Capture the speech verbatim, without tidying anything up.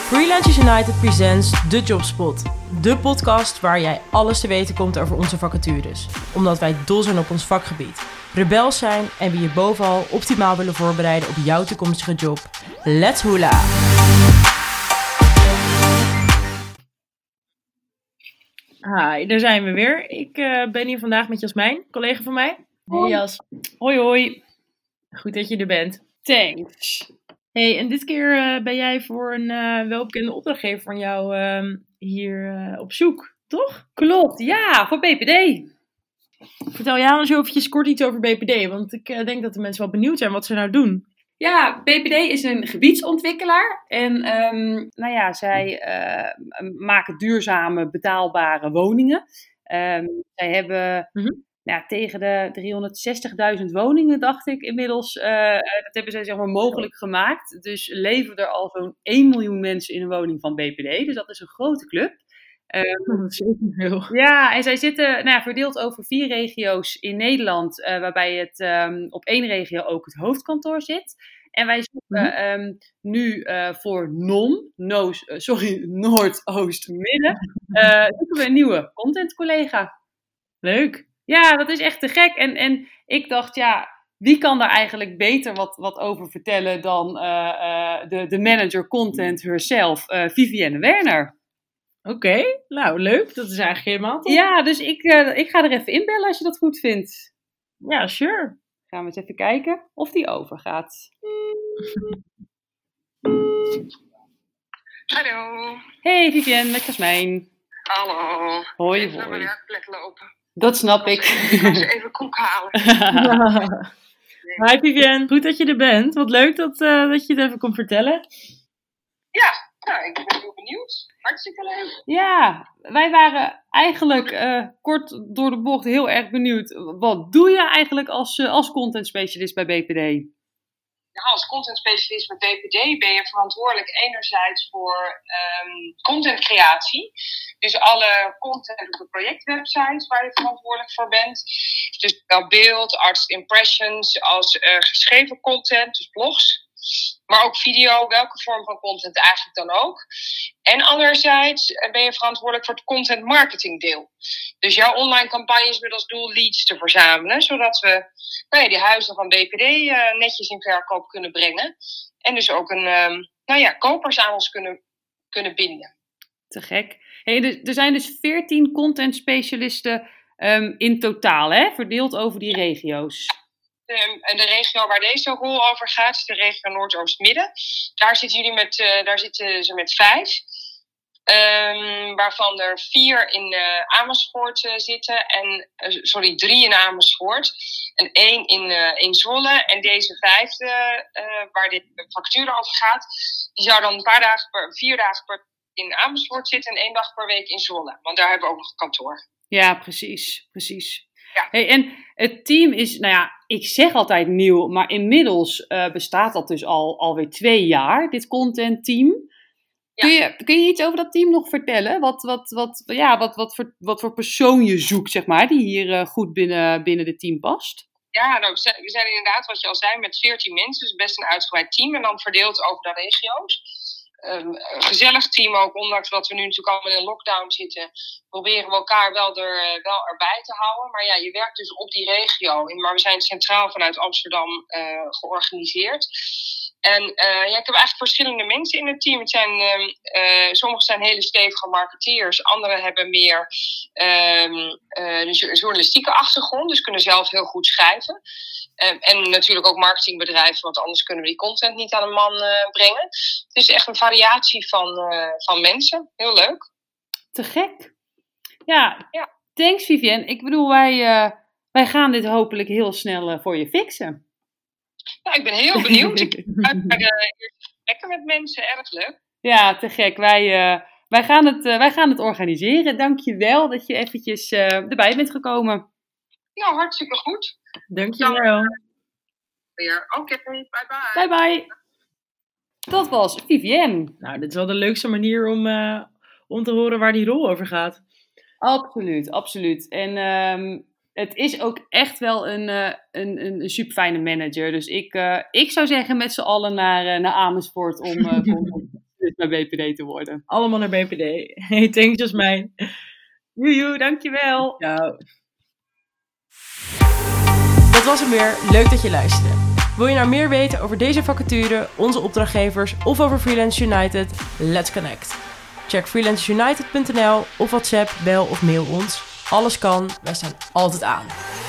Freelancers United presents The Jobspot. De podcast waar jij alles te weten komt over onze vacatures. Omdat wij dol zijn op ons vakgebied, rebels zijn en we je bovenal optimaal willen voorbereiden op jouw toekomstige job. Let's hula! Hi, daar zijn we weer. Ik uh, ben hier vandaag met Jasmijn, collega van mij. Hey Jas. Hoi hoi. Goed dat je er bent. Thanks. Hey, en dit keer uh, ben jij voor een uh, welbekende opdrachtgever van jou uh, hier uh, op zoek, toch? Klopt, ja, voor B P D. Vertel jij eens eventjes kort iets over B P D, want ik uh, denk dat de mensen wel benieuwd zijn wat ze nou doen. Ja, B P D is een gebiedsontwikkelaar en um, nou ja, zij uh, maken duurzame, betaalbare woningen. Um, zij hebben mm-hmm. ja, tegen de driehonderdzestigduizend woningen, dacht ik inmiddels, uh, dat hebben zij zeg maar mogelijk gemaakt. Dus leven er al zo'n één miljoen mensen in een woning van B P D, dus dat is een grote club. Um, dat is ook heel. Ja, en zij zitten nou ja, verdeeld over vier regio's in Nederland, uh, waarbij het um, op één regio ook het hoofdkantoor zit. En wij zoeken mm-hmm. um, nu uh, voor N O M, no, uh, sorry, Noordoost-Midden, uh, zoeken we een nieuwe content-collega. Leuk. Ja, dat is echt te gek. En, en ik dacht, ja, wie kan daar eigenlijk beter wat, wat over vertellen dan uh, uh, de, de manager content herself, uh, Vivienne Werner. Oké, okay, nou leuk. Dat is eigenlijk helemaal top. Ja, dus ik, uh, ik ga er even inbellen als je dat goed vindt. Ja, sure. Gaan we eens even kijken of die overgaat. Hallo. Hey Vivienne, met Jasmijn. Hallo. Hoi, even hoi. naar mijn werkplek lopen. Dat snap ik. Ik ga ze even koek halen. nee. Hi Vivienne, goed dat je er bent. Wat leuk dat, uh, dat je het even kon vertellen. Ja, nou, ik ben heel benieuwd. Hartstikke leuk. Ja, wij waren eigenlijk uh, kort door de bocht heel erg benieuwd. Wat doe je eigenlijk als, uh, als content specialist bij B P D? Nou, als content specialist bij B P D ben je verantwoordelijk enerzijds voor um, contentcreatie. Dus alle content op de projectwebsites waar je verantwoordelijk voor bent. Dus zowel beeld, artist impressions als uh, geschreven content, dus blogs. Maar ook video, welke vorm van content eigenlijk dan ook. En anderzijds ben je verantwoordelijk voor het content marketing deel. Dus jouw online campagnes met als doel leads te verzamelen. Zodat we nou ja, die huizen van B P D uh, netjes in verkoop kunnen brengen. En dus ook een, um, nou ja, kopers aan ons kunnen, kunnen binden. Te gek. Hey, er zijn dus veertien content specialisten um, in totaal, hè? Verdeeld over die regio's. De, en de regio waar deze rol over gaat, is de regio Noordoost-Midden. Daar zitten jullie met, uh, daar zitten ze met vijf. Um, waarvan er vier in uh, Amersfoort uh, zitten. En, uh, sorry, drie in Amersfoort. En één in, uh, in Zwolle. En deze vijfde, uh, waar dit vacature over gaat, die zou dan een paar dagen per, vier dagen per in Amersfoort zitten en één dag per week in Zwolle. Want daar hebben we ook nog een kantoor. Ja, precies, precies. Ja. Hey, en het team is, nou ja, ik zeg altijd nieuw, maar inmiddels uh, bestaat dat dus al alweer twee jaar, dit contentteam. Ja. Kun je, kun je iets over dat team nog vertellen? Wat, wat, wat, ja, wat, wat, voor, wat voor persoon je zoekt, zeg maar, die hier uh, goed binnen, binnen het team past? Ja, nou, we zijn inderdaad, wat je al zei, met veertien mensen, dus best een uitgebreid team en dan verdeeld over de regio's. Um, een gezellig team ook, ondanks dat we nu natuurlijk allemaal in lockdown zitten, proberen we elkaar wel, er, wel erbij te houden. Maar ja, je werkt dus op die regio. Maar we zijn centraal vanuit Amsterdam uh, georganiseerd. En uh, ja, ik heb eigenlijk verschillende mensen in het team. Het zijn, um, uh, sommigen zijn hele stevige marketeers, anderen hebben meer um, uh, een journalistieke achtergrond, dus kunnen zelf heel goed schrijven. Um, en natuurlijk ook marketingbedrijven, want anders kunnen we die content niet aan een man uh, brengen. Het is echt een variatie van, uh, van mensen. Heel leuk. Te gek. Ja, ja. Thanks Vivienne. Ik bedoel, wij, uh, wij gaan dit hopelijk heel snel uh, voor je fixen. Nou, ik ben heel benieuwd. Ik ben uit naar de eerste gesprekken met mensen. Erg leuk. Ja, te gek. Wij, uh, wij, gaan, het, uh, wij gaan het organiseren. Dank je wel dat je eventjes uh, erbij bent gekomen. Ja, hartstikke goed. Dank je wel. Oké, okay, bye bye. Bye bye. Dat was Vivienne. Nou, dit is wel de leukste manier om, uh, om te horen waar die rol over gaat. Absoluut, absoluut. En um, het is ook echt wel een, uh, een, een, een super fijne manager. Dus ik, uh, ik zou zeggen met z'n allen naar, uh, naar Amersfoort om uh, bij B P D te worden. Allemaal naar B P D. Hey, thanks Jasmijn. Joejoe, dankjewel. Ciao. Dat was hem weer. Leuk dat je luisterde. Wil je nou meer weten over deze vacature, onze opdrachtgevers of over Freelance United? Let's connect. Check freelance united punt n l of WhatsApp, bel of mail ons. Alles kan, wij staan altijd aan.